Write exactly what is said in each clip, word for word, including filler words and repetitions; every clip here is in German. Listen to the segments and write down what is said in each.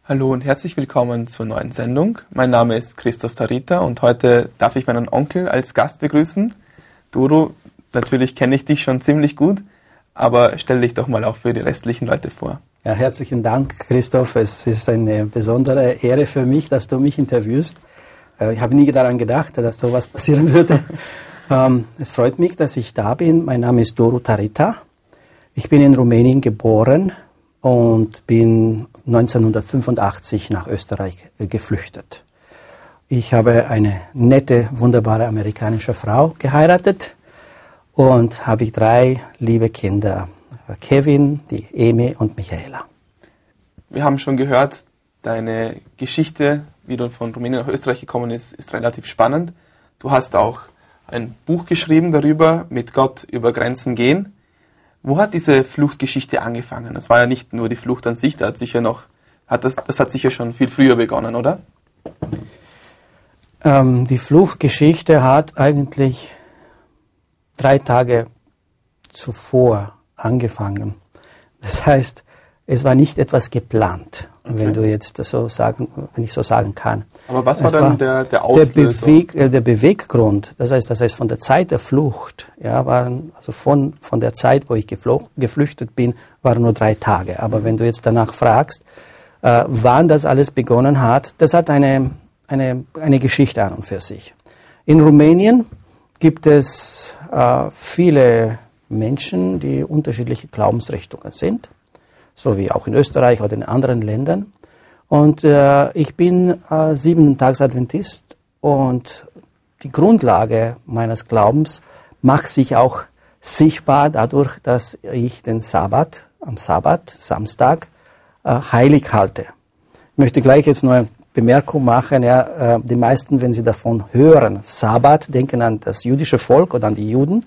Hallo und herzlich willkommen zur neuen Sendung. Mein Name ist Christoph Tarita und heute darf ich meinen Onkel als Gast begrüßen. Doro, natürlich kenne ich dich schon ziemlich gut, aber stell dich doch mal auch für die restlichen Leute vor. Ja, herzlichen Dank, Christoph. Es ist eine besondere Ehre für mich, dass du mich interviewst. Ich habe nie daran gedacht, dass sowas passieren würde. Es freut mich, dass ich da bin. Mein Name ist Doro Tarita. Ich bin in Rumänien geboren und bin neunzehnhundertfünfundachtzig nach Österreich geflüchtet. Ich habe eine nette, wunderbare amerikanische Frau geheiratet und habe drei liebe Kinder, Kevin, die Emi und Michaela. Wir haben schon gehört, deine Geschichte, wie du von Rumänien nach Österreich gekommen bist, ist relativ spannend. Du hast auch ein Buch geschrieben darüber, Mit Gott über Grenzen gehen. Wo hat diese Fluchtgeschichte angefangen? Es war ja nicht nur die Flucht an sich, da hat sicher noch, hat das, das hat sicher schon viel früher begonnen, oder? Ähm, die Fluchtgeschichte hat eigentlich drei Tage zuvor angefangen. Das heißt, es war nicht etwas geplant, okay. wenn du jetzt so sagen, wenn ich so sagen kann. Aber was war es dann war der, der Auslöser? Der, Beweg, äh, der Beweggrund, das heißt, das heißt von der Zeit der Flucht, ja, waren, also von, von der Zeit, wo ich geflocht, geflüchtet bin, waren nur drei Tage. Aber mhm. wenn du jetzt danach fragst, äh, wann das alles begonnen hat, das hat eine, eine, eine Geschichte an und für sich. In Rumänien gibt es äh, viele Menschen, die unterschiedliche Glaubensrichtungen sind, so wie auch in Österreich oder in anderen Ländern. Und äh, ich bin äh, Sieben-Tags-Adventist und die Grundlage meines Glaubens macht sich auch sichtbar dadurch, dass ich den Sabbat, am Sabbat, Samstag, äh, heilig halte. Ich möchte gleich jetzt nur eine Bemerkung machen. Ja, äh, die meisten, wenn sie davon hören, Sabbat, denken an das jüdische Volk oder an die Juden.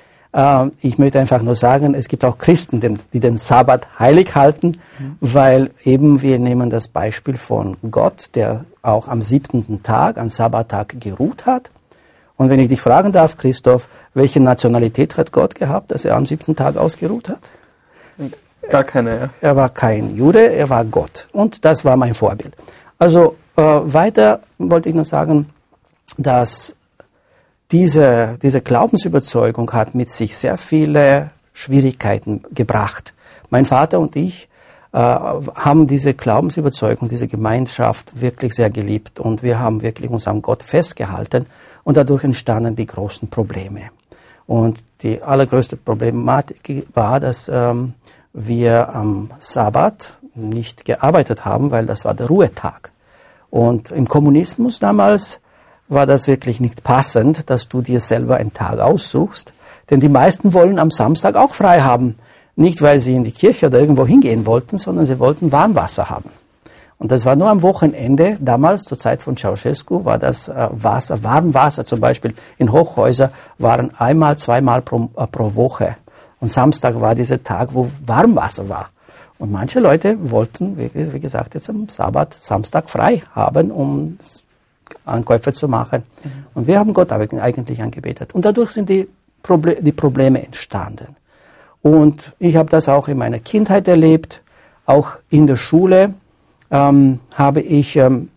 Ich möchte einfach nur sagen, es gibt auch Christen, die den Sabbat heilig halten, mhm. weil eben wir nehmen das Beispiel von Gott, der auch am siebten Tag, am Sabbattag geruht hat. Und wenn ich dich fragen darf, Christoph, welche Nationalität hat Gott gehabt, dass er am siebten Tag ausgeruht hat? Gar keine, ja. Er war kein Jude, er war Gott. Und das war mein Vorbild. Also äh, weiter wollte ich nur sagen, dass Diese, diese Glaubensüberzeugung hat mit sich sehr viele Schwierigkeiten gebracht. Mein Vater und ich äh, haben diese Glaubensüberzeugung, diese Gemeinschaft wirklich sehr geliebt und wir haben wirklich uns am Gott festgehalten und dadurch entstanden die großen Probleme. Und die allergrößte Problematik war, dass ähm, wir am Sabbat nicht gearbeitet haben, weil das war der Ruhetag. Und im Kommunismus damals war das wirklich nicht passend, dass du dir selber einen Tag aussuchst. Denn die meisten wollen am Samstag auch frei haben. Nicht, weil sie in die Kirche oder irgendwo hingehen wollten, sondern sie wollten Warmwasser haben. Und das war nur am Wochenende. Damals, zur Zeit von Ceausescu, war das äh, Wasser, Warmwasser zum Beispiel in Hochhäusern, waren einmal, zweimal pro, äh, pro Woche. Und Samstag war dieser Tag, wo Warmwasser war. Und manche Leute wollten, wie, wie gesagt, jetzt am Sabbat, Samstag frei haben, um Ankäufe zu machen. Mhm. Und wir haben Gott eigentlich angebetet. Und dadurch sind die, Proble- die Probleme entstanden. Und ich habe das auch in meiner Kindheit erlebt. Auch in der Schule ähm, habe ich ähm,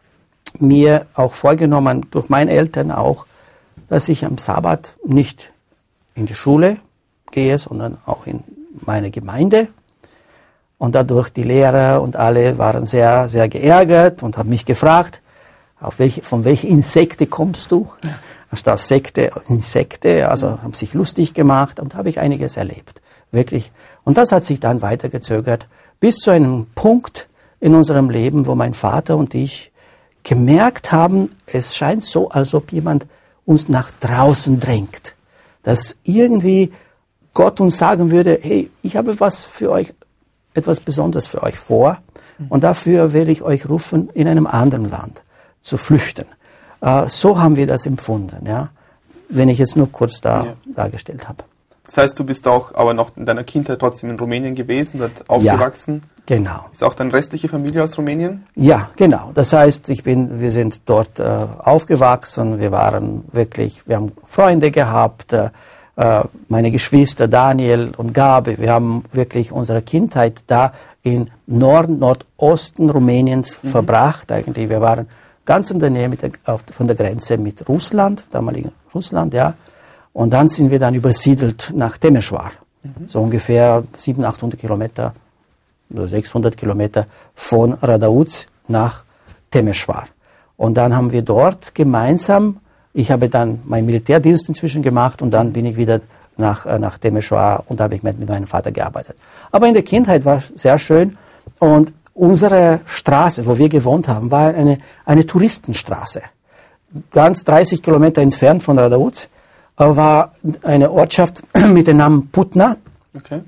mir auch vorgenommen, durch meine Eltern auch, dass ich am Sabbat nicht in die Schule gehe, sondern auch in meine Gemeinde. Und dadurch die Lehrer und alle waren sehr, sehr geärgert und haben mich gefragt, Auf welche, von welchen Insekte kommst du? Anstatt Sekte, Insekte, also haben sich lustig gemacht und habe ich einiges erlebt. Wirklich. Und das hat sich dann weitergezögert bis zu einem Punkt in unserem Leben, wo mein Vater und ich gemerkt haben, es scheint so, als ob jemand uns nach draußen drängt. Dass irgendwie Gott uns sagen würde, hey, ich habe was für euch, etwas Besonderes für euch vor und dafür werde ich euch rufen in einem anderen Land zu flüchten. Äh, so haben wir das empfunden, ja, wenn ich jetzt nur kurz da ja. dargestellt habe. Das heißt, du bist auch aber noch in deiner Kindheit trotzdem in Rumänien gewesen, dort aufgewachsen? Ja, genau. Ist auch deine restliche Familie aus Rumänien? Ja, genau. Das heißt, ich bin, wir sind dort äh, aufgewachsen, wir waren wirklich, wir haben Freunde gehabt, äh, äh, meine Geschwister Daniel und Gabi, wir haben wirklich unsere Kindheit da in Nord, Nordosten Rumäniens mhm. verbracht. Eigentlich, wir waren ganz in der Nähe mit der, auf, von der Grenze mit Russland, damaligen Russland, ja. Und dann sind wir dann übersiedelt nach Temeschwar. Mhm. So ungefähr siebenhundert, achthundert Kilometer oder sechshundert Kilometer von Radauts nach Temeschwar. Und dann haben wir dort gemeinsam, ich habe dann meinen Militärdienst inzwischen gemacht und dann bin ich wieder nach, äh, nach Temeschwar und da habe ich mit, mit meinem Vater gearbeitet. Aber in der Kindheit war es sehr schön und unsere Straße, wo wir gewohnt haben, war eine, eine Touristenstraße. Ganz dreißig Kilometer entfernt von Radauts war eine Ortschaft mit dem Namen Putna. Okay.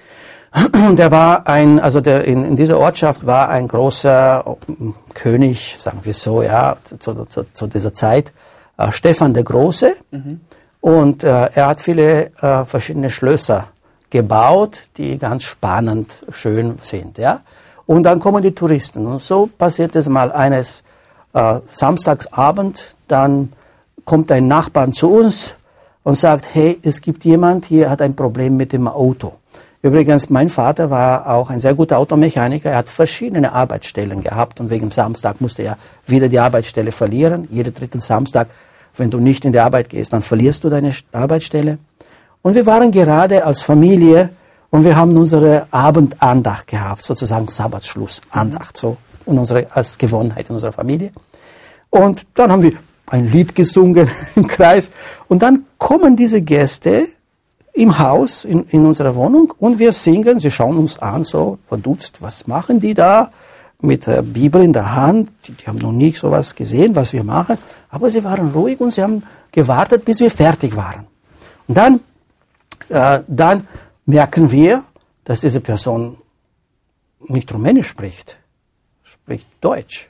Der war ein, also der, in, in dieser Ortschaft war ein großer König, sagen wir so, ja, zu, zu, zu dieser Zeit, äh, Stephan der Große. Mhm. Und äh, er hat viele äh, verschiedene Schlösser gebaut, die ganz spannend, schön sind, ja. Und dann kommen die Touristen. Und so passiert es mal eines äh, Samstagsabend, dann kommt ein Nachbar zu uns und sagt, hey, es gibt jemand, hier hat ein Problem mit dem Auto. Übrigens, mein Vater war auch ein sehr guter Automechaniker. Er hat verschiedene Arbeitsstellen gehabt und wegen Samstag musste er wieder die Arbeitsstelle verlieren. Jeden dritten Samstag, wenn du nicht in die Arbeit gehst, dann verlierst du deine Arbeitsstelle. Und wir waren gerade als Familie und wir haben unsere Abendandacht gehabt, sozusagen Sabbatschlussandacht, so in unsere, als Gewohnheit in unserer Familie. Und dann haben wir ein Lied gesungen im Kreis. Und dann kommen diese Gäste im Haus, in, in unserer Wohnung, und wir singen, sie schauen uns an, so verdutzt, was machen die da mit der Bibel in der Hand? Die, die haben noch nie sowas gesehen, was wir machen. Aber sie waren ruhig und sie haben gewartet, bis wir fertig waren. Und dann, äh, dann merken wir, dass diese Person nicht Rumänisch spricht, spricht Deutsch.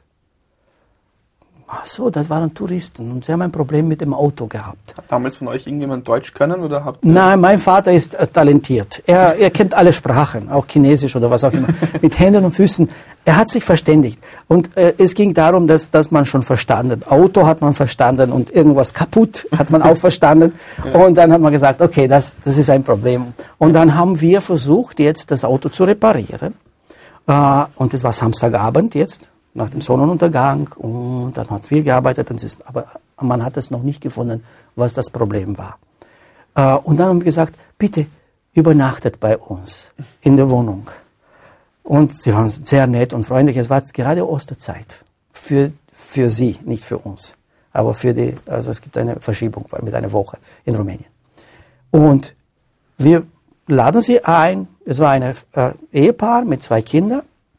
Ach so, das waren Touristen und sie haben ein Problem mit dem Auto gehabt. Hat damals von euch irgendjemand Deutsch können oder habt ihr? Nein, mein Vater ist äh, talentiert. Er, er kennt alle Sprachen, auch Chinesisch oder was auch immer, mit Händen und Füßen. Er hat sich verständigt. Und äh, es ging darum, dass, dass man schon verstanden. Auto hat man verstanden und irgendwas kaputt hat man auch verstanden. Ja. Und dann hat man gesagt, okay, das, das ist ein Problem. Und dann haben wir versucht, jetzt das Auto zu reparieren. Äh, und es war Samstagabend jetzt, nach dem Sonnenuntergang, und dann hat viel gearbeitet, aber man hat es noch nicht gefunden, was das Problem war. Äh, und dann haben wir gesagt, bitte übernachtet bei uns in der Wohnung. Und sie waren sehr nett und freundlich. Es war gerade Osterzeit für, für sie, nicht für uns. Aber für die, also es gibt eine Verschiebung mit einer Woche in Rumänien. Und wir laden sie ein. Es war ein äh, Ehepaar mit zwei Kindern.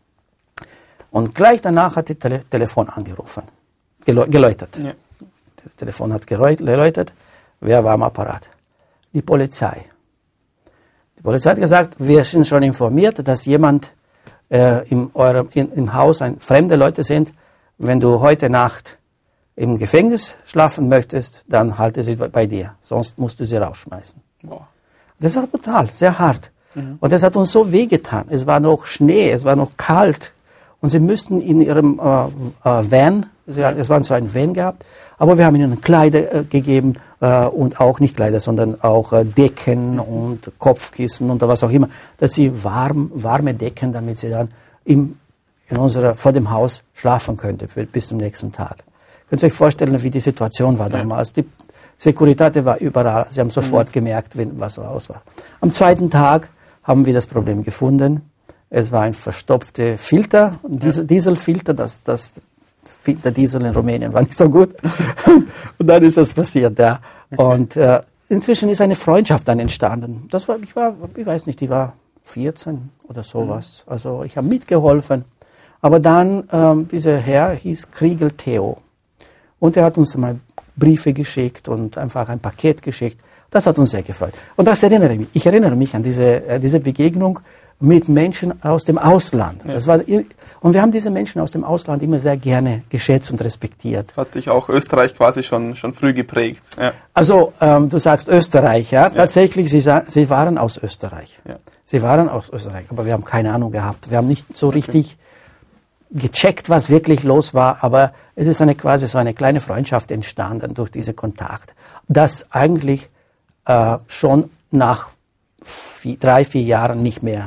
Und gleich danach hat das Tele Telefon angerufen, geläu geläutet. Ja. Das Telefon hat geläutet. Wer war am Apparat? Die Polizei. Die Polizei hat gesagt, wir sind schon informiert, dass jemand äh, in eurem, in, im Haus, ein, fremde Leute sind. Wenn du heute Nacht im Gefängnis schlafen möchtest, dann halte sie bei dir. Sonst musst du sie rausschmeißen. Boah. Das war brutal, sehr hart. Mhm. Und das hat uns so wehgetan. Es war noch Schnee, es war noch kalt. Und sie müssten in ihrem äh, äh, Van, sie, es war so ein Van gehabt, aber wir haben ihnen Kleider äh, gegeben äh, und auch nicht Kleider, sondern auch äh, Decken und Kopfkissen und was auch immer, dass sie warm, warme Decken, damit sie dann im, in unserer, vor dem Haus schlafen könnte bis zum nächsten Tag. Könnt ihr euch vorstellen, wie die Situation war damals? Die Securitate war überall, sie haben sofort mhm. gemerkt, wenn, was raus war. Am zweiten Tag haben wir das Problem gefunden. Es war ein verstopfter Filter, ein Diesel, Dieselfilter, das, das, der Diesel in Rumänien war nicht so gut. Und dann ist das passiert, ja. Und äh, inzwischen ist eine Freundschaft dann entstanden. Das war, ich war, ich weiß nicht, ich war vierzehn oder sowas. Also ich habe mitgeholfen. Aber dann, ähm, dieser Herr hieß Kriegel Theo. Und er hat uns mal Briefe geschickt und einfach ein Paket geschickt. Das hat uns sehr gefreut. Und das erinnere ich mich. Ich erinnere mich an diese, äh, diese Begegnung mit Menschen aus dem Ausland. Ja. Das war, und wir haben diese Menschen aus dem Ausland immer sehr gerne geschätzt und respektiert. Das hat dich auch Österreich quasi schon, schon früh geprägt. Ja. Also, ähm, du sagst Österreich, ja? ja. Tatsächlich, sie, sie waren aus Österreich. Ja. Sie waren aus Österreich, aber wir haben keine Ahnung gehabt. Wir haben nicht so richtig okay. gecheckt, was wirklich los war, aber es ist eine quasi so eine kleine Freundschaft entstanden durch diese Kontakt, das eigentlich äh, schon nach vier, drei, vier Jahren nicht mehr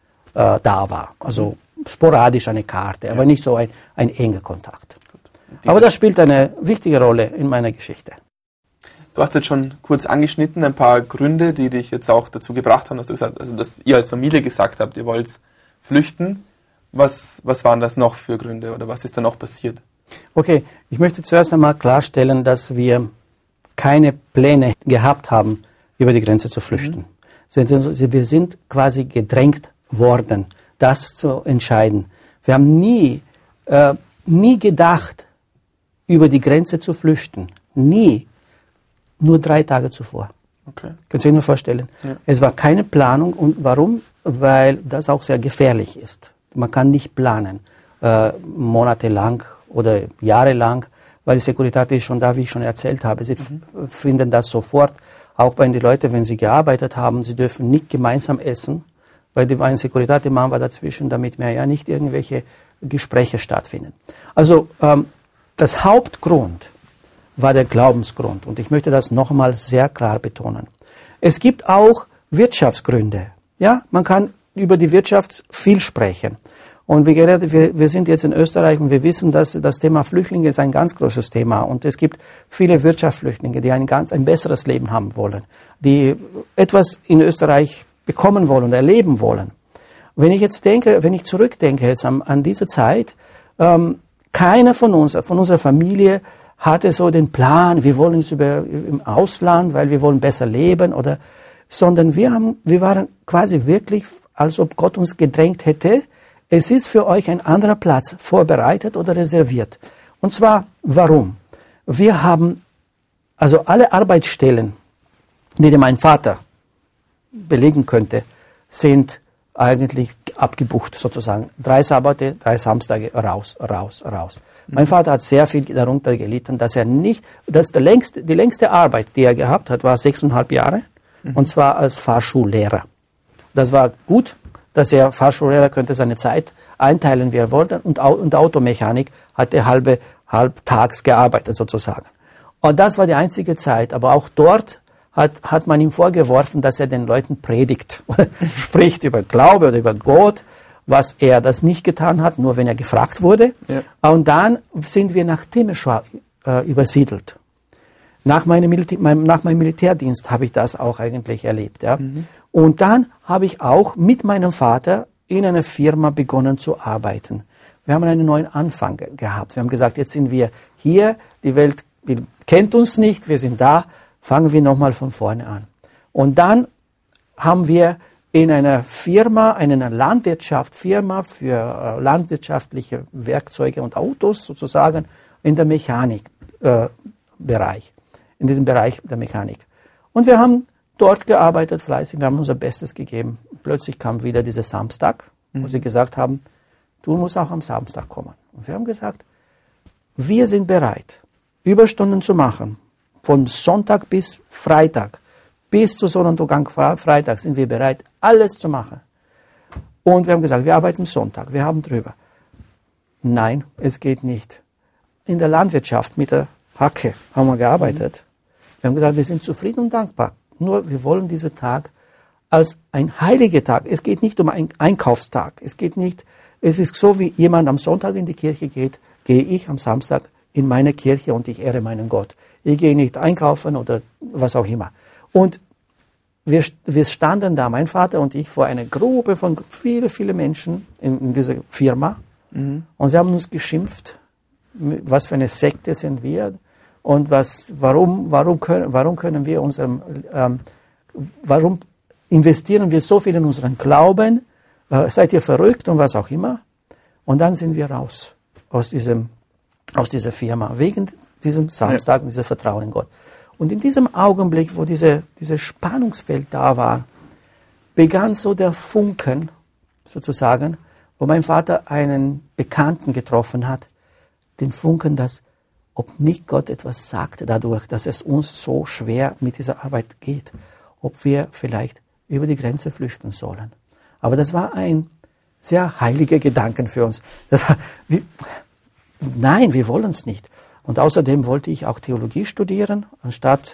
äh, da war. Also sporadisch eine Karte, ja. aber nicht so ein, ein enger Kontakt. Aber das spielt eine wichtige Rolle in meiner Geschichte. Du hast jetzt schon kurz angeschnitten, ein paar Gründe, die dich jetzt auch dazu gebracht haben, dass du gesagt, also dass ihr als Familie gesagt habt, ihr wollt flüchten. Was, was waren das noch für Gründe oder was ist da noch passiert? Okay, ich möchte zuerst einmal klarstellen, dass wir keine Pläne gehabt haben, über die Grenze zu flüchten. Mhm. Wir sind quasi gedrängt worden, das zu entscheiden. Wir haben nie, äh, nie gedacht, über die Grenze zu flüchten. Nie. Nur drei Tage zuvor. Okay. Kannst du dir nur vorstellen? Ja. Es war keine Planung. Und warum? Weil das auch sehr gefährlich ist. Man kann nicht planen, äh, monatelang oder jahrelang, weil die Securitate ist schon da, wie ich schon erzählt habe. Sie mhm. finden das sofort, auch bei den Leuten, wenn sie gearbeitet haben, sie dürfen nicht gemeinsam essen, weil die ein Securitate-Mann war dazwischen, damit mehr ja nicht irgendwelche Gespräche stattfinden. Also ähm, das Hauptgrund war der Glaubensgrund. Und ich möchte das nochmal sehr klar betonen. Es gibt auch Wirtschaftsgründe. Ja, man kann über die Wirtschaft viel sprechen. Und wir, wir, wir sind jetzt in Österreich und wir wissen, dass das Thema Flüchtlinge ist ein ganz großes Thema. Und es gibt viele Wirtschaftsflüchtlinge, die ein ganz, ein besseres Leben haben wollen, die etwas in Österreich bekommen wollen und erleben wollen. Wenn ich jetzt denke, wenn ich zurückdenke jetzt an, an diese Zeit, ähm, keiner von uns, von unserer Familie hatte so den Plan, wir wollen es über, im Ausland, weil wir wollen besser leben oder, sondern wir haben, wir waren quasi wirklich, als ob Gott uns gedrängt hätte, es ist für euch ein anderer Platz vorbereitet oder reserviert. Und zwar, warum? Wir haben, also alle Arbeitsstellen, die mein Vater belegen könnte, sind eigentlich abgebucht sozusagen. Drei Sabbate, drei Samstage, raus, raus, raus. Mhm. Mein Vater hat sehr viel darunter gelitten, dass er nicht, dass der längste, die längste Arbeit, die er gehabt hat, war sechseinhalb Jahre, mhm. und zwar als Fahrschullehrer. Das war gut, dass er Fahrschullehrer könnte seine Zeit einteilen, wie er wollte, und, und Automechanik hat er halbe, halbtags gearbeitet sozusagen. Und das war die einzige Zeit, aber auch dort Hat, hat man ihm vorgeworfen, dass er den Leuten predigt, spricht über Glaube oder über Gott, was er das nicht getan hat, nur wenn er gefragt wurde. Ja. Und dann sind wir nach Temeschwar äh, übersiedelt. Nach meinem, Militär, mein, nach meinem Militärdienst habe ich das auch eigentlich erlebt. Ja. Mhm. Und dann habe ich auch mit meinem Vater in einer Firma begonnen zu arbeiten. Wir haben einen neuen Anfang gehabt. Wir haben gesagt, jetzt sind wir hier, die Welt die kennt uns nicht, wir sind da. Fangen wir nochmal von vorne an. Und dann haben wir in einer Firma, in einer Landwirtschaftsfirma für äh, landwirtschaftliche Werkzeuge und Autos sozusagen in der Mechanikbereich, äh, in diesem Bereich der Mechanik. Und wir haben dort gearbeitet fleißig, wir haben unser Bestes gegeben. Plötzlich kam wieder dieser Samstag, mhm. wo sie gesagt haben, du musst auch am Samstag kommen. Und wir haben gesagt, wir sind bereit, Überstunden zu machen. Von Sonntag bis Freitag, bis zu Sonnenuntergang Freitag sind wir bereit, alles zu machen. Und wir haben gesagt, wir arbeiten Sonntag, wir haben drüber. Nein, es geht nicht. In der Landwirtschaft mit der Hacke haben wir gearbeitet. Wir haben gesagt, wir sind zufrieden und dankbar. Nur wir wollen diesen Tag als ein heiliger Tag. Es geht nicht um einen Einkaufstag. Es geht nicht, es ist so, wie jemand am Sonntag in die Kirche geht, gehe ich am Samstag in meine Kirche und ich ehre meinen Gott. Ich gehe nicht einkaufen oder was auch immer. Und wir, wir standen da, mein Vater und ich, vor einer Gruppe von vielen, vielen Menschen in, in dieser Firma. Mhm. Und sie haben uns geschimpft, was für eine Sekte sind wir und was, warum, warum, können, warum können wir unserem, ähm, warum investieren wir so viel in unseren Glauben, äh, seid ihr verrückt und was auch immer. Und dann sind wir raus aus diesem aus dieser Firma, wegen diesem Samstag und diesem Vertrauen in Gott. Und in diesem Augenblick, wo diese, dieses Spannungsfeld da war, begann so der Funken, sozusagen, wo mein Vater einen Bekannten getroffen hat, den Funken, dass, ob nicht Gott etwas sagte dadurch, dass es uns so schwer mit dieser Arbeit geht, ob wir vielleicht über die Grenze flüchten sollen. Aber das war ein sehr heiliger Gedanke für uns. Das war, wie, Nein, wir wollen es nicht. Und außerdem wollte ich auch Theologie studieren, anstatt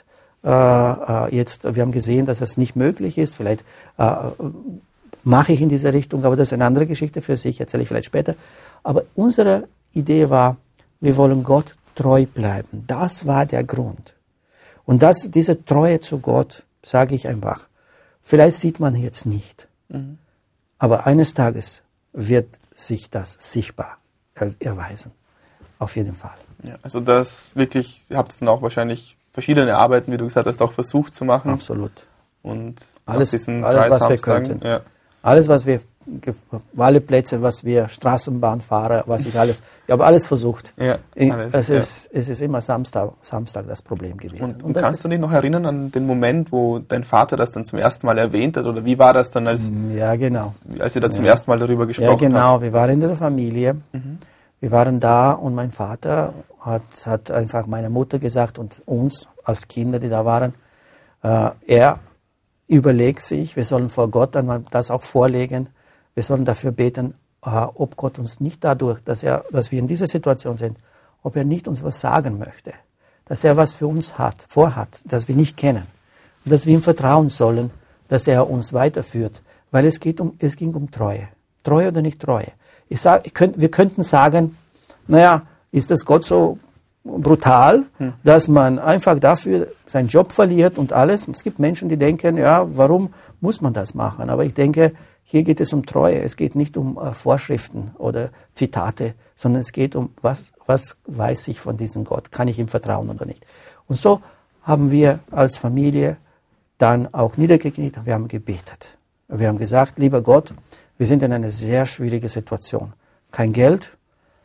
äh, äh, jetzt, wir haben gesehen, dass es nicht möglich ist, vielleicht äh, mache ich in diese Richtung, aber das ist eine andere Geschichte für sich, erzähle ich vielleicht später. Aber unsere Idee war, wir wollen Gott treu bleiben. Das war der Grund. Und das, diese Treue zu Gott, sage ich einfach, vielleicht sieht man jetzt nicht, mhm. aber eines Tages wird sich das sichtbar erweisen. Auf jeden Fall. Ja, also das wirklich, ihr habt dann auch wahrscheinlich verschiedene Arbeiten, wie du gesagt hast, auch versucht zu machen. Absolut. Und alles, alles was wir könnten. Ja. Alles, was wir, alle Plätze, was wir, Straßenbahnfahrer, was ich alles, ich habe alles versucht. Ja, alles, es, ja. ist, es ist immer Samstag, Samstag das Problem gewesen. Und, und, und kannst du dich noch erinnern an den Moment, wo dein Vater das dann zum ersten Mal erwähnt hat? Oder wie war das dann, als, ja, genau. als ihr da zum ja. ersten Mal darüber gesprochen habt? Ja, genau. Habt? Wir waren in der Familie. Mhm. Wir waren da und mein Vater hat, hat einfach meiner Mutter gesagt und uns als Kinder, die da waren, äh, er überlegt sich, wir sollen vor Gott einmal das auch vorlegen, wir sollen dafür beten, äh, ob Gott uns nicht dadurch, dass, er, dass wir in dieser Situation sind, ob er nicht uns was sagen möchte, dass er was für uns hat, vorhat, das wir nicht kennen und dass wir ihm vertrauen sollen, dass er uns weiterführt, weil es, geht um, es ging um Treue. Treue oder nicht Treue. Ich sag, ich könnt, wir könnten sagen, naja, ist das Gott so brutal, hm. dass man einfach dafür seinen Job verliert und alles. Es gibt Menschen, die denken, ja, warum muss man das machen? Aber ich denke, hier geht es um Treue. Es geht nicht um äh, Vorschriften oder Zitate, sondern es geht um, was, was weiß ich von diesem Gott? Kann ich ihm vertrauen oder nicht? Und so haben wir als Familie dann auch niedergekniet und wir haben gebetet. Wir haben gesagt, lieber Gott, wir sind in einer sehr schwierigen Situation. Kein Geld,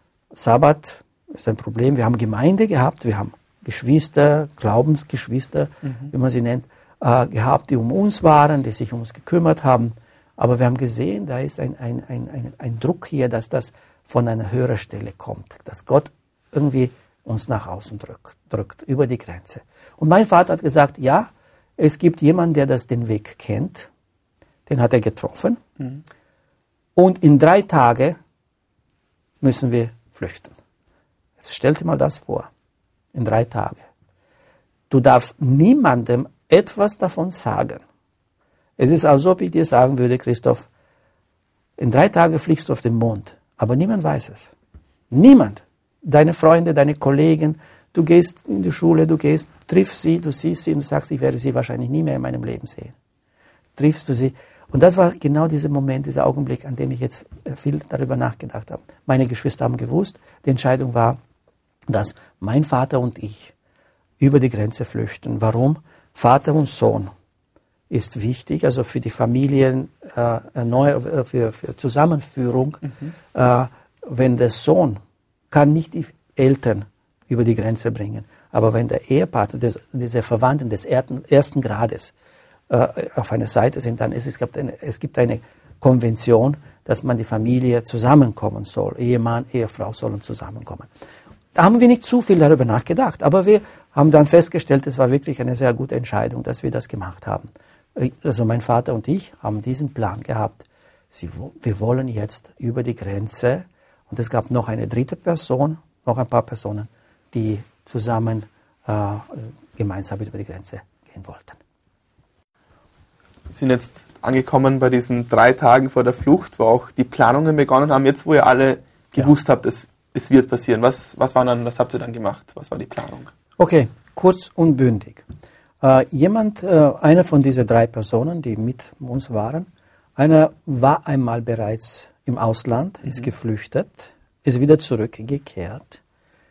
Sabbat ist ein Problem. Wir haben Gemeinde gehabt, wir haben Geschwister, Glaubensgeschwister, mhm. wie man sie nennt, äh, gehabt, die um uns waren, die sich um uns gekümmert haben. Aber wir haben gesehen, da ist ein, ein, ein, ein, ein Druck hier, dass das von einer höheren Stelle kommt, dass Gott irgendwie uns nach außen drückt, drückt, über die Grenze. Und mein Vater hat gesagt, ja, es gibt jemanden, der das den Weg kennt, den hat er getroffen. Mhm. Und in drei Tagen müssen wir flüchten. Jetzt stell dir mal das vor. In drei Tagen. Du darfst niemandem etwas davon sagen. Es ist, als ob ich dir sagen würde, Christoph, in drei Tagen fliegst du auf den Mond. Aber niemand weiß es. Niemand. Deine Freunde, deine Kollegen, du gehst in die Schule, du gehst, triffst sie, du siehst sie und du sagst, ich werde sie wahrscheinlich nie mehr in meinem Leben sehen. Triffst du sie. Und das war genau dieser Moment, dieser Augenblick, an dem ich jetzt viel darüber nachgedacht habe. Meine Geschwister haben gewusst, die Entscheidung war, dass mein Vater und ich über die Grenze flüchten. Warum? Vater und Sohn ist wichtig, also für die Familien, äh, neu, für, für Zusammenführung. Mhm. Äh, wenn der Sohn kann nicht die Eltern über die Grenze bringen, aber wenn der Ehepartner, des, diese Verwandten des ersten Grades auf einer Seite sind, dann ist es, gibt eine, es gibt eine Konvention, dass man die Familie zusammenkommen soll. Ehemann, Ehefrau sollen zusammenkommen. Da haben wir nicht zu viel darüber nachgedacht, aber wir haben dann festgestellt, es war wirklich eine sehr gute Entscheidung, dass wir das gemacht haben. Also mein Vater und ich haben diesen Plan gehabt. Sie, wir wollen jetzt über die Grenze, und es gab noch eine dritte Person, noch ein paar Personen, die zusammen äh, gemeinsam über die Grenze gehen wollten. Wir sind jetzt angekommen bei diesen drei Tagen vor der Flucht, wo auch die Planungen begonnen haben. Jetzt, wo ihr alle gewusst ja. habt, es, es wird passieren. Was, was, war dann, was habt ihr dann gemacht? Was war die Planung? Okay, kurz und bündig. Äh, jemand, äh, einer von diesen drei Personen, die mit uns waren, einer war einmal bereits im Ausland, mhm. ist geflüchtet, ist wieder zurückgekehrt,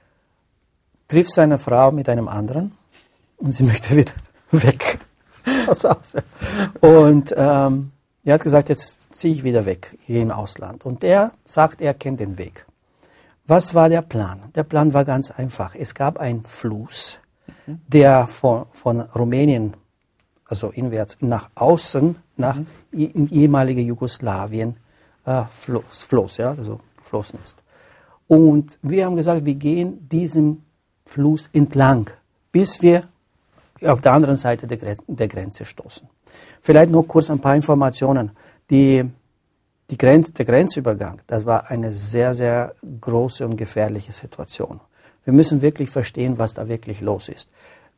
trifft seine Frau mit einem anderen und sie möchte wieder weg. Und ähm, er hat gesagt, jetzt ziehe ich wieder weg, hier im Ausland. Und er sagt, er kennt den Weg. Was war der Plan? Der Plan war ganz einfach. Es gab einen Fluss, mhm. der von, von Rumänien, also inwärts, nach außen, nach mhm. in ehemalige Jugoslawien äh, floss, floss, ja, also geflossen ist. Und wir haben gesagt, wir gehen diesem Fluss entlang, bis wir auf der anderen Seite der, Gren- der Grenze stoßen. Vielleicht noch kurz ein paar Informationen. Die, die Grenz- der Grenzübergang, das war eine sehr, sehr große und gefährliche Situation. Wir müssen wirklich verstehen, was da wirklich los ist.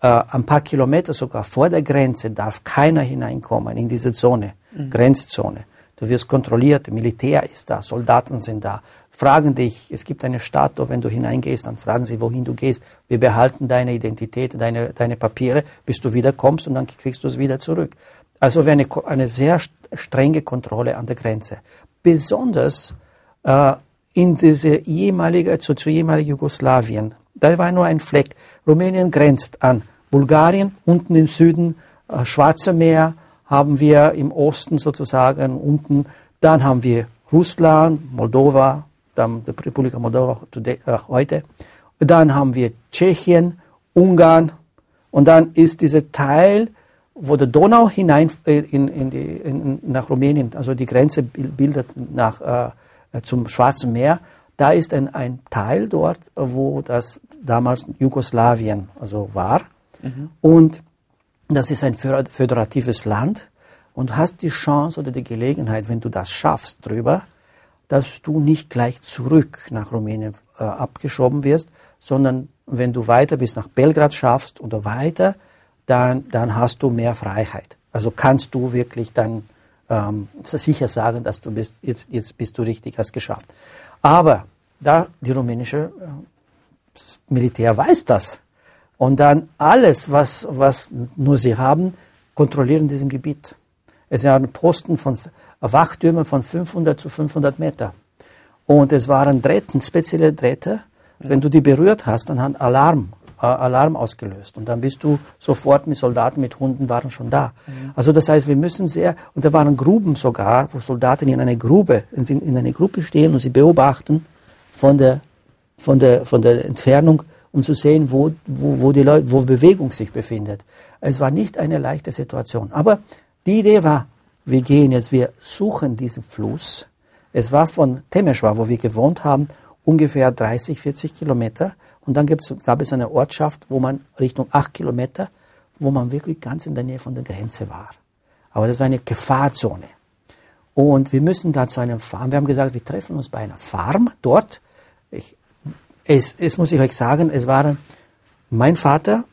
äh, ein paar Kilometer sogar vor der Grenze darf keiner hineinkommen in diese Zone, mhm. Grenzzone. Du wirst kontrolliert, Militär ist da, Soldaten sind da, fragen dich, es gibt eine Statue, wenn du hineingehst, dann fragen sie, wohin du gehst. Wir behalten deine Identität, deine, deine Papiere, bis du wiederkommst und dann kriegst du es wieder zurück. Also eine, eine sehr strenge Kontrolle an der Grenze. Besonders äh, in diese ehemalige, zu, zu ehemaligen Jugoslawien. Da war nur ein Fleck. Rumänien grenzt an Bulgarien, unten im Süden, äh, Schwarze Meer haben wir im Osten sozusagen unten. Dann haben wir Russland, Moldova, dann die Republik Moldova today, äh, heute. Dann haben wir Tschechien, Ungarn und dann ist dieser Teil, wo der Donau hinein in, in die, in, nach Rumänien, also die Grenze bildet nach, äh, zum Schwarzen Meer, da ist ein, ein Teil dort, wo das damals Jugoslawien also war. Mhm. Und das ist ein föderatives Land und hast die Chance oder die Gelegenheit, wenn du das schaffst drüber, dass du nicht gleich zurück nach Rumänien äh, abgeschoben wirst, sondern wenn du weiter bis nach Belgrad schaffst oder weiter, dann, dann hast du mehr Freiheit. Also kannst du wirklich dann ähm, sicher sagen, dass du bist, jetzt, jetzt bist du richtig, hast geschafft. Aber da die rumänische äh, Militär weiß das. Und dann alles, was, was nur sie haben, kontrollieren diesem Gebiet. Es waren Posten von Wachtürmen von fünfhundert zu fünfhundert Meter. Und es waren Drähten, spezielle Drähte. Ja. Wenn du die berührt hast, dann hat Alarm, äh, Alarm ausgelöst. Und dann bist du sofort mit Soldaten, mit Hunden waren schon da. Mhm. Also das heißt, wir müssen sehr, und da waren Gruben sogar, wo Soldaten in einer Grube, in, in einer Gruppe stehen und sie beobachten von der, von der, von der Entfernung, um zu sehen, wo, wo, wo die Leute, wo Bewegung sich befindet. Es war nicht eine leichte Situation. Aber die Idee war, wir gehen jetzt, wir suchen diesen Fluss. Es war von Temeswar, wo wir gewohnt haben, ungefähr dreißig, vierzig Kilometer. Und dann gibt's, gab es eine Ortschaft, wo man Richtung acht Kilometer, wo man wirklich ganz in der Nähe von der Grenze war. Aber das war eine Gefahrzone. Und wir müssen da zu einem Farm. Wir haben gesagt, wir treffen uns bei einer Farm dort. Ich, es, es muss ich euch sagen, es waren mein Vater,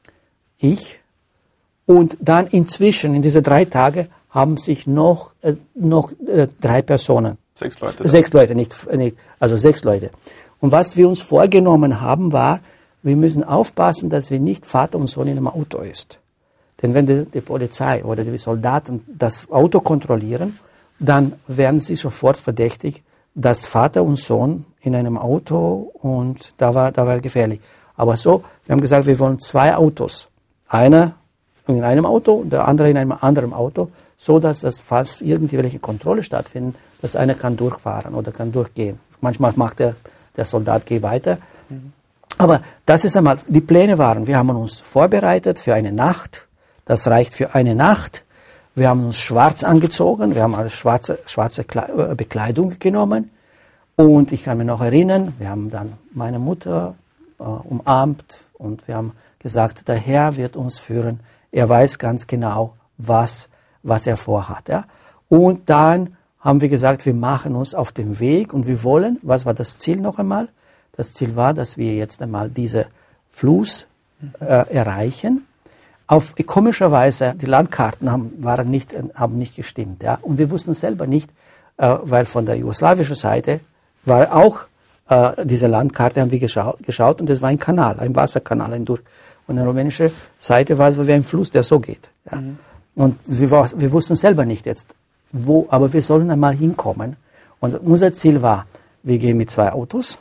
ich und dann inzwischen, in diese drei Tage, haben sich noch, äh, noch äh, drei Personen. Sechs Leute. Sechs Leute, nicht, nicht, also sechs Leute. Und was wir uns vorgenommen haben, war, wir müssen aufpassen, dass wir nicht Vater und Sohn in einem Auto ist. Denn wenn die, die Polizei oder die Soldaten das Auto kontrollieren, dann werden sie sofort verdächtig, dass Vater und Sohn in einem Auto und da war, da war gefährlich. Aber so, wir haben gesagt, wir wollen zwei Autos. Einer in einem Auto und der andere in einem anderen Auto, so dass das, falls irgendwelche Kontrolle stattfinden, dass einer kann durchfahren oder kann durchgehen. Manchmal macht der, der Soldat, geh weiter. Mhm. Aber das ist einmal, die Pläne waren, wir haben uns vorbereitet für eine Nacht. Das reicht für eine Nacht. Wir haben uns schwarz angezogen, wir haben alles schwarze, schwarze Bekleidung genommen. Und ich kann mich noch erinnern, wir haben dann meine Mutter äh, umarmt und wir haben gesagt, der Herr wird uns führen. Er weiß ganz genau, was, was er vorhat. Ja? Und dann haben wir gesagt, wir machen uns auf den Weg und wir wollen, was war das Ziel noch einmal? Das Ziel war, dass wir jetzt einmal diesen Fluss äh, erreichen. Auf komischerweise, die Landkarten haben, waren nicht, haben nicht gestimmt. Ja? Und wir wussten selber nicht, äh, weil von der jugoslawischen Seite war auch äh, diese Landkarte, haben wir geschau geschaut und es war ein Kanal, ein Wasserkanal, ein durch. Und die rumänische Seite war es wie ein Fluss, der so geht. Ja? Mhm. Und wir, war, wir wussten selber nicht jetzt, wo, aber wir sollen einmal hinkommen. Und unser Ziel war, wir gehen mit zwei Autos,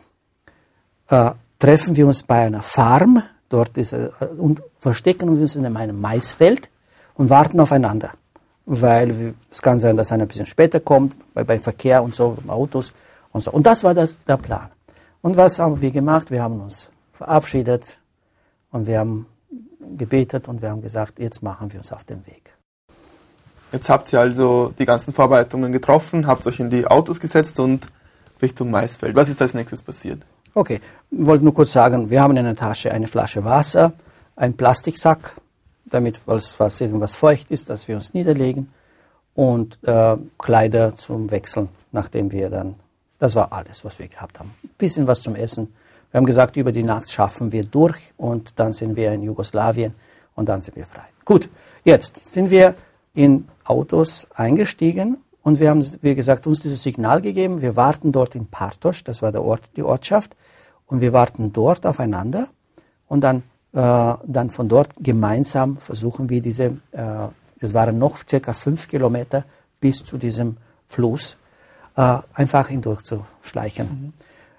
äh, treffen wir uns bei einer Farm, dort ist, äh, und verstecken uns in einem Maisfeld und warten aufeinander. Weil wir, es kann sein, dass einer ein bisschen später kommt, weil beim Verkehr und so, Autos und so. Und das war das, der Plan. Und was haben wir gemacht? Wir haben uns verabschiedet und wir haben gebetet und wir haben gesagt, jetzt machen wir uns auf den Weg. Jetzt habt ihr also die ganzen Vorbereitungen getroffen, habt euch in die Autos gesetzt und Richtung Maisfeld. Was ist als nächstes passiert? Okay, ich wollte nur kurz sagen, wir haben in der Tasche eine Flasche Wasser, einen Plastiksack, damit, falls was irgendwas feucht ist, dass wir uns niederlegen und äh, Kleider zum Wechseln, nachdem wir dann, das war alles, was wir gehabt haben. Ein bisschen was zum Essen. Wir Wir haben gesagt, über die Nacht schaffen wir durch und dann sind wir in Jugoslawien und dann sind wir frei. Gut, jetzt sind wir in Autos eingestiegen und wir haben, wie gesagt, uns dieses Signal gegeben. Wir warten dort in Partosch, das war der Ort, die Ortschaft, und wir warten dort aufeinander und dann, äh, dann von dort gemeinsam versuchen wir diese, äh, das waren noch circa fünf Kilometer bis zu diesem Fluss, äh, einfach hindurchzuschleichen. Mhm.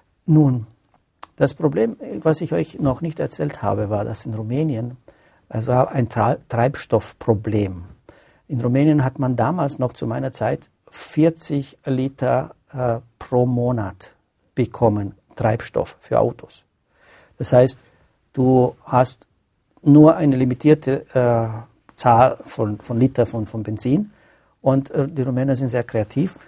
Nun, das Problem, was ich euch noch nicht erzählt habe, war, dass in Rumänien, es war ein Treibstoffproblem. In Rumänien hat man damals noch zu meiner Zeit vierzig Liter äh, pro Monat bekommen, Treibstoff für Autos. Das heißt, du hast nur eine limitierte äh, Zahl von, von Liter von, von Benzin und äh, die Rumäner sind sehr kreativ.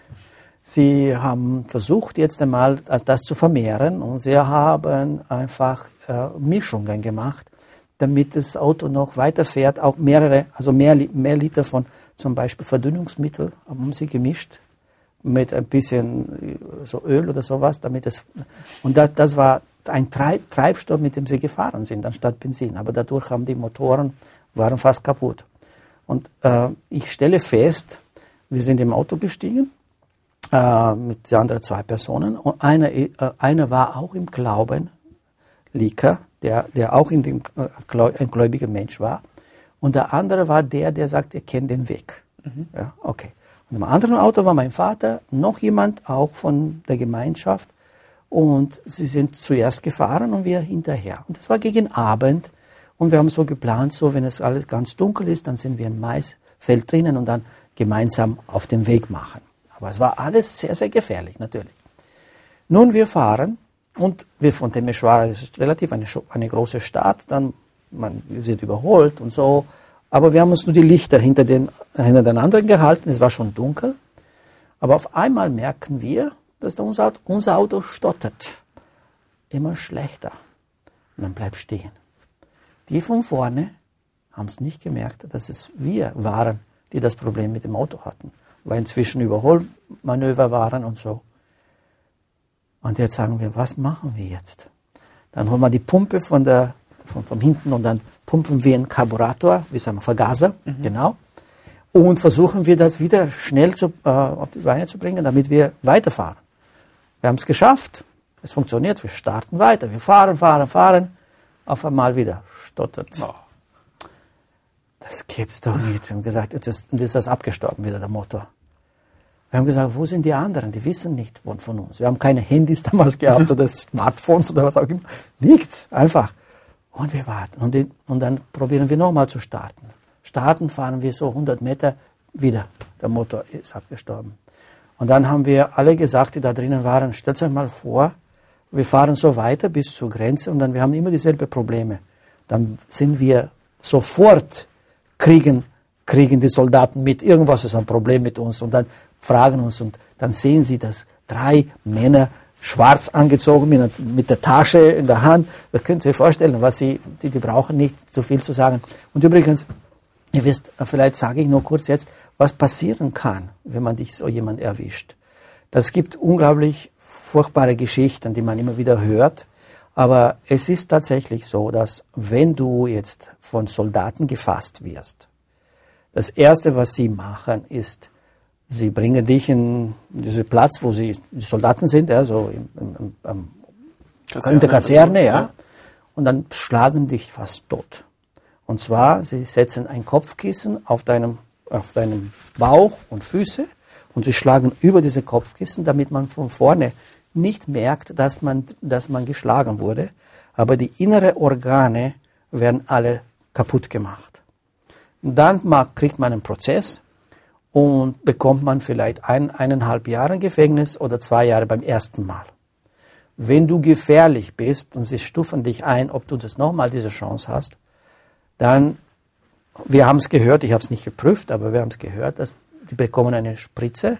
Sie haben versucht jetzt einmal das zu vermehren und sie haben einfach äh, Mischungen gemacht, damit das Auto noch weiterfährt, auch mehrere, also mehr, mehr Liter von zum Beispiel Verdünnungsmittel haben sie gemischt mit ein bisschen so Öl oder sowas, damit es, und das, das war ein Treib, Treibstoff, mit dem sie gefahren sind, anstatt Benzin. Aber dadurch haben die Motoren, waren fast kaputt. Und äh, ich stelle fest, wir sind im Auto gestiegen, äh, mit den anderen zwei Personen, und einer, äh, einer war auch im Glauben, Lika, der, der auch in dem, äh, ein gläubiger Mensch war. Und der andere war der, der sagt, er kennt den Weg. Mhm. Ja, okay. Und im anderen Auto war mein Vater, noch jemand, auch von der Gemeinschaft. Und sie sind zuerst gefahren und wir hinterher. Und das war gegen Abend. Und wir haben so geplant, so wenn es alles ganz dunkel ist, dann sind wir im Maisfeld drinnen und dann gemeinsam auf den Weg machen. Aber es war alles sehr, sehr gefährlich, natürlich. Nun, wir fahren. Und wir von Timișoara, das ist relativ eine, eine große Stadt, dann man wird überholt und so. Aber wir haben uns nur die Lichter hinter den, hinter den anderen gehalten, es war schon dunkel. Aber auf einmal merken wir, dass unser Auto, unser Auto stottert. Immer schlechter. Und dann bleibt stehen. Die von vorne haben es nicht gemerkt, dass es wir waren, die das Problem mit dem Auto hatten. Weil inzwischen Überholmanöver waren und so. Und jetzt sagen wir, was machen wir jetzt? Dann holen wir die Pumpe von der, von, von hinten und dann pumpen wir einen Karburator, wie sagen wir, Vergaser, mhm. genau. Und versuchen wir das wieder schnell zu, äh, auf die Beine zu bringen, damit wir weiterfahren. Wir haben es geschafft, es funktioniert, wir starten weiter, wir fahren, fahren, fahren, auf einmal wieder stottert. Oh. Das gibt's doch nicht. Wir haben gesagt, jetzt ist, jetzt ist das abgestorben wieder, der Motor. Wir haben gesagt, wo sind die anderen? Die wissen nicht von, von uns. Wir haben keine Handys damals gehabt oder Smartphones oder was auch immer. Nichts, einfach. Und wir warten. Und, die, und dann probieren wir nochmal zu starten. Starten, fahren wir so hundert Meter, wieder. Der Motor ist abgestorben. Und dann haben wir alle gesagt, die da drinnen waren, stellt euch mal vor, wir fahren so weiter bis zur Grenze und dann wir haben immer dieselben Probleme. Dann sind wir sofort, kriegen, kriegen die Soldaten mit, irgendwas ist ein Problem mit uns und dann fragen uns und dann sehen sie, dass drei Männer schwarz angezogen mit, mit der Tasche in der Hand. Das könnt ihr euch vorstellen, was sie, die, die brauchen nicht so viel zu sagen. Und übrigens, ihr wisst, vielleicht sage ich nur kurz jetzt, was passieren kann, wenn man dich so jemand erwischt. Das gibt unglaublich furchtbare Geschichten, die man immer wieder hört. Aber es ist tatsächlich so, dass wenn du jetzt von Soldaten gefasst wirst, das Erste, was sie machen, ist, sie bringen dich in diesen Platz, wo sie, die Soldaten sind, ja, so im, im, im, Kaserne, in der Kaserne, ja, ja, und dann schlagen dich fast tot. Und zwar, sie setzen ein Kopfkissen auf deinem, auf deinem Bauch und Füße und sie schlagen über diese Kopfkissen, damit man von vorne nicht merkt, dass man, dass man geschlagen wurde, aber die inneren Organe werden alle kaputt gemacht. Und dann kriegt man einen Prozess, und bekommt man vielleicht ein, eineinhalb Jahre Gefängnis oder zwei Jahre beim ersten Mal. Wenn du gefährlich bist und sie stufen dich ein, ob du das nochmal diese Chance hast, dann, wir haben es gehört, ich habe es nicht geprüft, aber wir haben es gehört, dass die bekommen eine Spritze,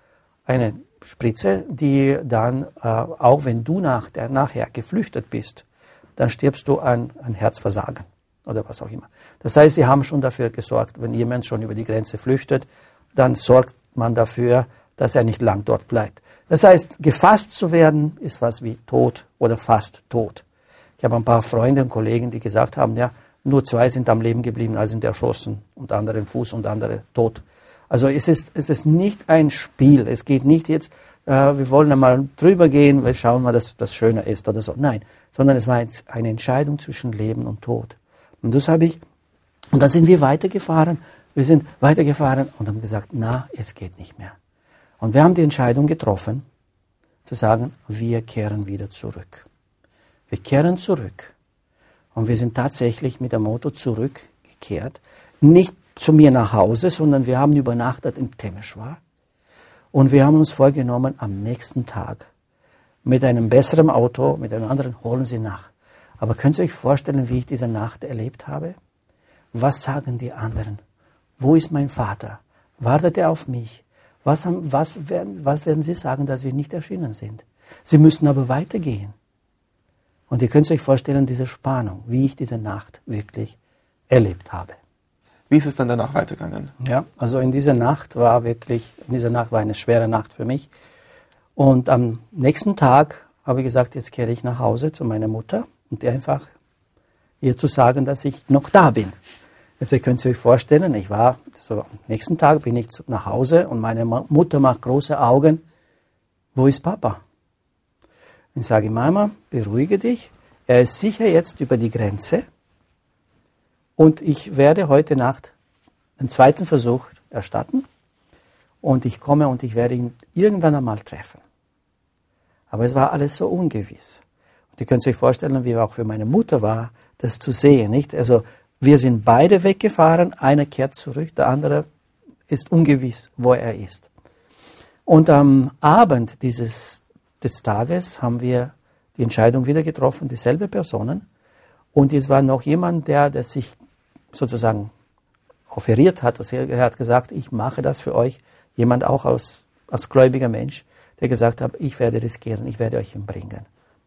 eine Spritze, die dann, äh, auch wenn du nach der, nachher geflüchtet bist, dann stirbst du an, an Herzversagen oder was auch immer. Das heißt, sie haben schon dafür gesorgt, wenn jemand schon über die Grenze flüchtet, dann sorgt man dafür, dass er nicht lang dort bleibt. Das heißt, gefasst zu werden, ist was wie tot oder fast tot. Ich habe ein paar Freunde und Kollegen, die gesagt haben, ja, nur zwei sind am Leben geblieben, also sind erschossen und andere im Fuß und andere tot. Also es ist, es ist nicht ein Spiel. Es geht nicht jetzt, äh, wir wollen einmal drüber gehen, weil schauen wir, dass das schöner ist oder so. Nein, sondern es war eine Entscheidung zwischen Leben und Tod. Und das habe ich, und dann sind wir weitergefahren. Wir sind weitergefahren und haben gesagt, na, es geht nicht mehr. Und wir haben die Entscheidung getroffen, zu sagen, wir kehren wieder zurück. Wir kehren zurück. Und wir sind tatsächlich mit dem Auto zurückgekehrt. Nicht zu mir nach Hause, sondern wir haben übernachtet in Temeshwar. Und wir haben uns vorgenommen, am nächsten Tag mit einem besseren Auto, mit einem anderen, holen Sie nach. Aber könnt ihr euch vorstellen, wie ich diese Nacht erlebt habe? Was sagen die anderen? Wo ist mein Vater? Wartet er auf mich? Was, haben, was, werden, was werden sie sagen, dass wir nicht erschienen sind? Sie müssen aber weitergehen. Und ihr könnt euch vorstellen, diese Spannung, wie ich diese Nacht wirklich erlebt habe. Wie ist es dann danach weitergegangen? Ja, also in dieser Nacht war wirklich, in dieser Nacht war eine schwere Nacht für mich. Und am nächsten Tag habe ich gesagt, jetzt kehre ich nach Hause zu meiner Mutter und einfach ihr zu sagen, dass ich noch da bin. Also ihr könnt euch vorstellen, ich war, so am nächsten Tag bin ich nach Hause und meine Mutter macht große Augen. Wo ist Papa? Ich sage, Mama, beruhige dich. Er ist sicher jetzt über die Grenze. Und ich werde heute Nacht einen zweiten Versuch erstatten. Und ich komme und ich werde ihn irgendwann einmal treffen. Aber es war alles so ungewiss. Und ihr könnt euch vorstellen, wie auch für meine Mutter war, das zu sehen, nicht? Also, wir sind beide weggefahren, einer kehrt zurück, der andere ist ungewiss, wo er ist. Und am Abend dieses des Tages haben wir die Entscheidung wieder getroffen, dieselbe Personen. Und es war noch jemand, der, der sich sozusagen offeriert hat. Also er hat gesagt, ich mache das für euch. Jemand auch als, als gläubiger Mensch, der gesagt hat, ich werde riskieren, ich werde euch bringen.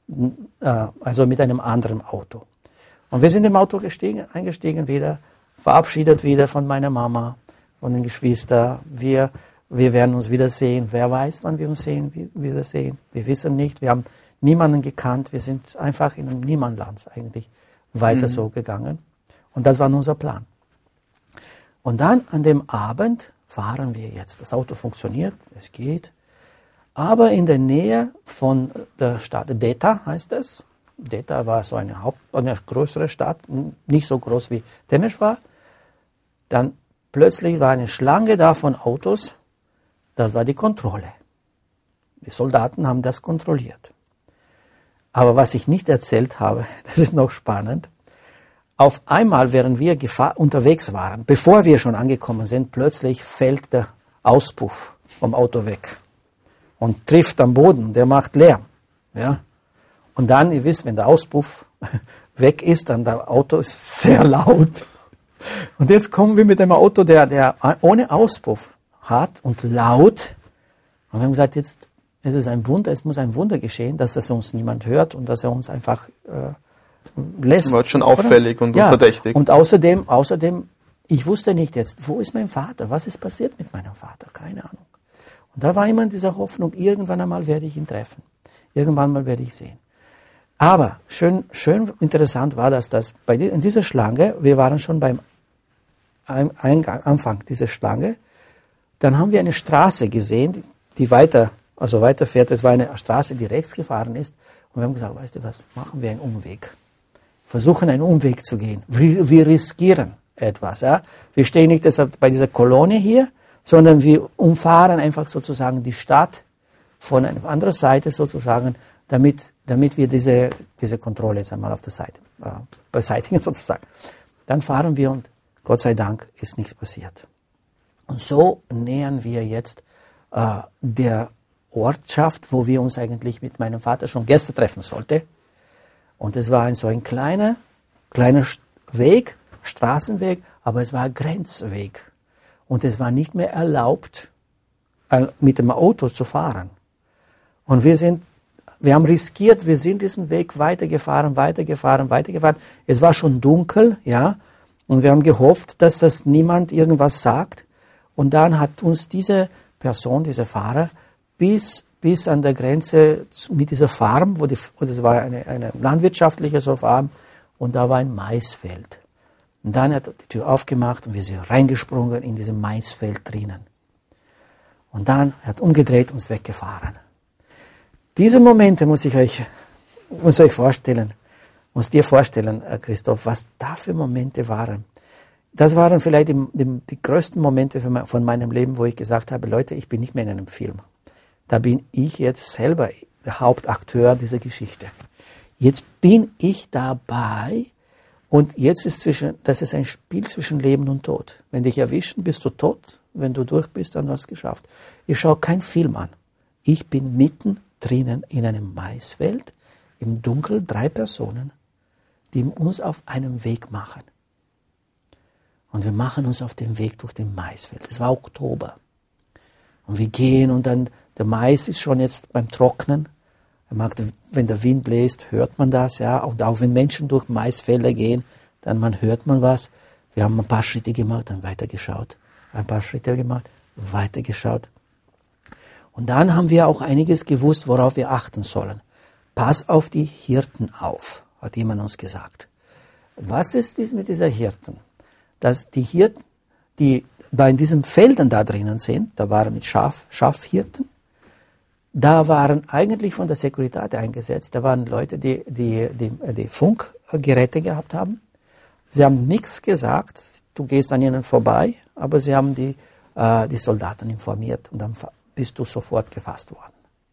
Also mit einem anderen Auto. Und wir sind im Auto gestiegen, eingestiegen wieder, verabschiedet wieder von meiner Mama, von den Geschwistern. Wir, wir werden uns wiedersehen. Wer weiß, wann wir uns sehen, wiedersehen. Wir wissen nicht. Wir haben niemanden gekannt. Wir sind einfach in einem Niemandland eigentlich weiter mhm. so gegangen. Und das war unser Plan. Und dann an dem Abend fahren wir jetzt. Das Auto funktioniert, es geht. Aber in der Nähe von der Stadt Deta heißt es. Deta war so eine, Haupt, eine größere Stadt, nicht so groß wie Temeshwar. Dann plötzlich war eine Schlange da von Autos. Das war die Kontrolle. Die Soldaten haben das kontrolliert. Aber was ich nicht erzählt habe, das ist noch spannend. Auf einmal, während wir gefahr- unterwegs waren, bevor wir schon angekommen sind, plötzlich fällt der Auspuff vom Auto weg und trifft am Boden. Der macht Lärm. Ja. Und dann, ihr wisst, wenn der Auspuff weg ist, dann der Auto ist sehr laut. Und jetzt kommen wir mit dem Auto, der, der ohne Auspuff hat und laut. Und wir haben gesagt, jetzt ist es ein Wunder, es muss ein Wunder geschehen, dass das uns niemand hört und dass er uns einfach äh, lässt. War schon auffällig und ja. verdächtig. Und außerdem, außerdem, ich wusste nicht jetzt, wo ist mein Vater? Was ist passiert mit meinem Vater? Keine Ahnung. Und da war immer in dieser Hoffnung, irgendwann einmal werde ich ihn treffen. Irgendwann mal werde ich sehen. Aber schön, schön interessant war das, dass bei die, in dieser Schlange, wir waren schon beim Eingang, Anfang dieser Schlange, dann haben wir eine Straße gesehen, die weiter, also weiterfährt. Es war eine Straße, die rechts gefahren ist. Und wir haben gesagt, weißt du was, machen wir einen Umweg. Versuchen einen Umweg zu gehen. Wir, wir riskieren etwas. Ja? Wir stehen nicht deshalb bei dieser Kolonie hier, sondern wir umfahren einfach sozusagen die Stadt von einer anderen Seite sozusagen, damit, damit wir diese, diese Kontrolle jetzt einmal auf der Seite äh, beseitigen sozusagen. Dann fahren wir und Gott sei Dank ist nichts passiert. Und so nähern wir jetzt äh, der Ortschaft, wo wir uns eigentlich mit meinem Vater schon gestern treffen sollten. Und es war ein, so ein kleiner, kleiner Weg, Straßenweg, aber es war ein Grenzweg. Und es war nicht mehr erlaubt, äh, mit dem Auto zu fahren. Und wir sind Wir haben riskiert, wir sind diesen Weg weitergefahren, weitergefahren, weitergefahren. Es war schon dunkel, ja, und wir haben gehofft, dass das niemand irgendwas sagt. Und dann hat uns diese Person, dieser Fahrer, bis, bis an der Grenze mit dieser Farm, wo die, also es war eine, eine landwirtschaftliche so Farm, und da war ein Maisfeld. Und dann hat er die Tür aufgemacht und wir sind reingesprungen in diesem Maisfeld drinnen. Und dann hat er umgedreht und ist weggefahren. Diese Momente muss ich euch, muss euch vorstellen, muss dir vorstellen, Christoph, was da für Momente waren. Das waren vielleicht die, die, die größten Momente von meinem Leben, wo ich gesagt habe, Leute, ich bin nicht mehr in einem Film. Da bin ich jetzt selber der Hauptakteur dieser Geschichte. Jetzt bin ich dabei und jetzt ist zwischen, das ist ein Spiel zwischen Leben und Tod. Wenn dich erwischen, bist du tot. Wenn du durch bist, dann hast du es geschafft. Ich schaue keinen Film an. Ich bin mitten drinnen in einem Maisfeld, im Dunkeln, drei Personen, die uns auf einem Weg machen. Und wir machen uns auf den Weg durch den Maisfeld. Es war Oktober. Und wir gehen und dann, der Mais ist schon jetzt beim Trocknen. Wenn der Wind bläst, hört man das, ja. Und auch wenn Menschen durch Maisfelder gehen, dann man hört man was. Wir haben ein paar Schritte gemacht, dann weitergeschaut. Ein paar Schritte gemacht, weitergeschaut. Und dann haben wir auch einiges gewusst, worauf wir achten sollen. Pass auf die Hirten auf, hat jemand uns gesagt. Was ist dies mit dieser Hirten? Dass die Hirten, die da in diesen Feldern da drinnen sind, da waren mit Schaf, Schafhirten, da waren eigentlich von der Securitate eingesetzt, da waren Leute, die, die, die, die Funkgeräte gehabt haben. Sie haben nichts gesagt, du gehst an ihnen vorbei, aber sie haben die, äh, die Soldaten informiert und dann bist du sofort gefasst worden.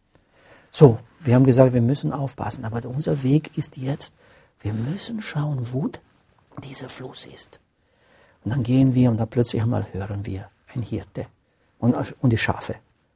So, wir haben gesagt, wir müssen aufpassen, aber unser Weg ist jetzt, wir müssen schauen, wo dieser Fluss ist. Und dann gehen wir und dann plötzlich einmal hören wir ein Hirte und, und die Schafe.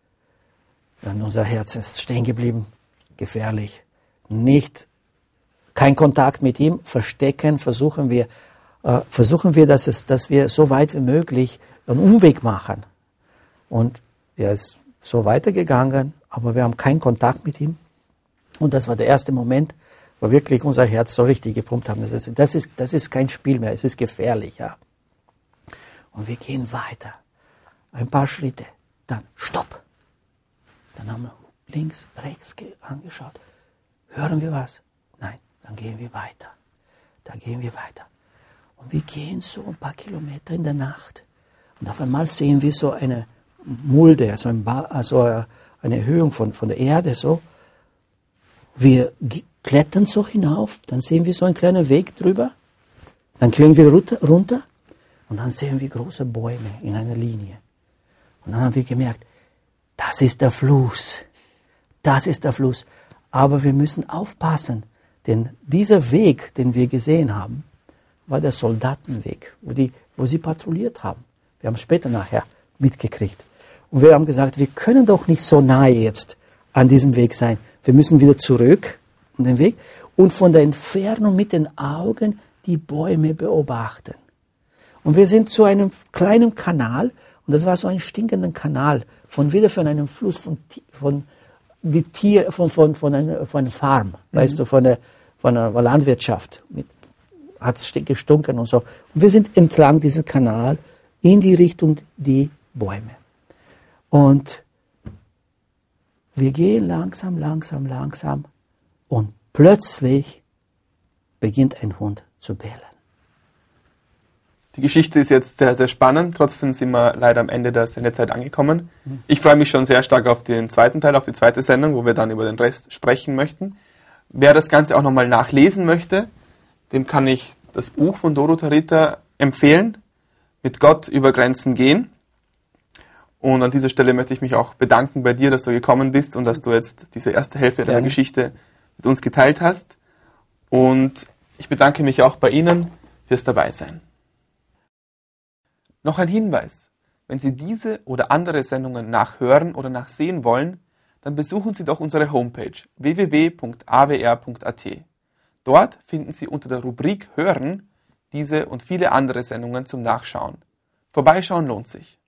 Dann unser Herz ist stehen geblieben, gefährlich, nicht, kein Kontakt mit ihm, verstecken, versuchen wir, äh, versuchen wir, dass, es, dass wir so weit wie möglich einen Umweg machen. Und er ist so weitergegangen, aber wir haben keinen Kontakt mit ihm. Und das war der erste Moment, wo wirklich unser Herz so richtig gepumpt haben. Das ist, das ist, das ist kein Spiel mehr, es ist gefährlich, ja. Und wir gehen weiter. Ein paar Schritte. Dann Stopp. Dann haben wir links, rechts angeschaut. Hören wir was? Nein, dann gehen wir weiter. Dann gehen wir weiter. Und wir gehen so ein paar Kilometer in der Nacht. Und auf einmal sehen wir so eine Mulde, also, ein ba- also eine Erhöhung von, von der Erde. So. Wir klettern so hinauf, dann sehen wir so einen kleinen Weg drüber. Dann klettern wir runter und dann sehen wir große Bäume in einer Linie. Und dann haben wir gemerkt, das ist der Fluss. Das ist der Fluss. Aber wir müssen aufpassen, denn dieser Weg, den wir gesehen haben, war der Soldatenweg, wo, die, wo sie patrouilliert haben. Wir haben später nachher mitgekriegt. Und wir haben gesagt, wir können doch nicht so nahe jetzt an diesem Weg sein. Wir müssen wieder zurück an den Weg und von der Entfernung mit den Augen die Bäume beobachten. Und wir sind zu einem kleinen Kanal, und das war so ein stinkender Kanal, von wieder von einem Fluss, von, von, die Tier, von, von, von, einer, von einer Farm, mhm. weißt du, von einer, von einer Landwirtschaft. Hat es gestunken und so. Und wir sind entlang diesem Kanal in die Richtung die Bäume. Und wir gehen langsam, langsam, langsam und plötzlich beginnt ein Hund zu bellen. Die Geschichte ist jetzt sehr, sehr spannend. Trotzdem sind wir leider am Ende der Sendezeit angekommen. Ich freue mich schon sehr stark auf den zweiten Teil, auf die zweite Sendung, wo wir dann über den Rest sprechen möchten. Wer das Ganze auch nochmal nachlesen möchte, dem kann ich das Buch von Doro Tarita empfehlen. Mit Gott über Grenzen gehen. Und an dieser Stelle möchte ich mich auch bedanken bei dir, dass du gekommen bist und dass du jetzt diese erste Hälfte deiner Geschichte mit uns geteilt hast. Und ich bedanke mich auch bei Ihnen fürs Dabeisein. Noch ein Hinweis: Wenn Sie diese oder andere Sendungen nachhören oder nachsehen wollen, dann besuchen Sie doch unsere Homepage w w w punkt a w r punkt a t. Dort finden Sie unter der Rubrik Hören diese und viele andere Sendungen zum Nachschauen. Vorbeischauen lohnt sich.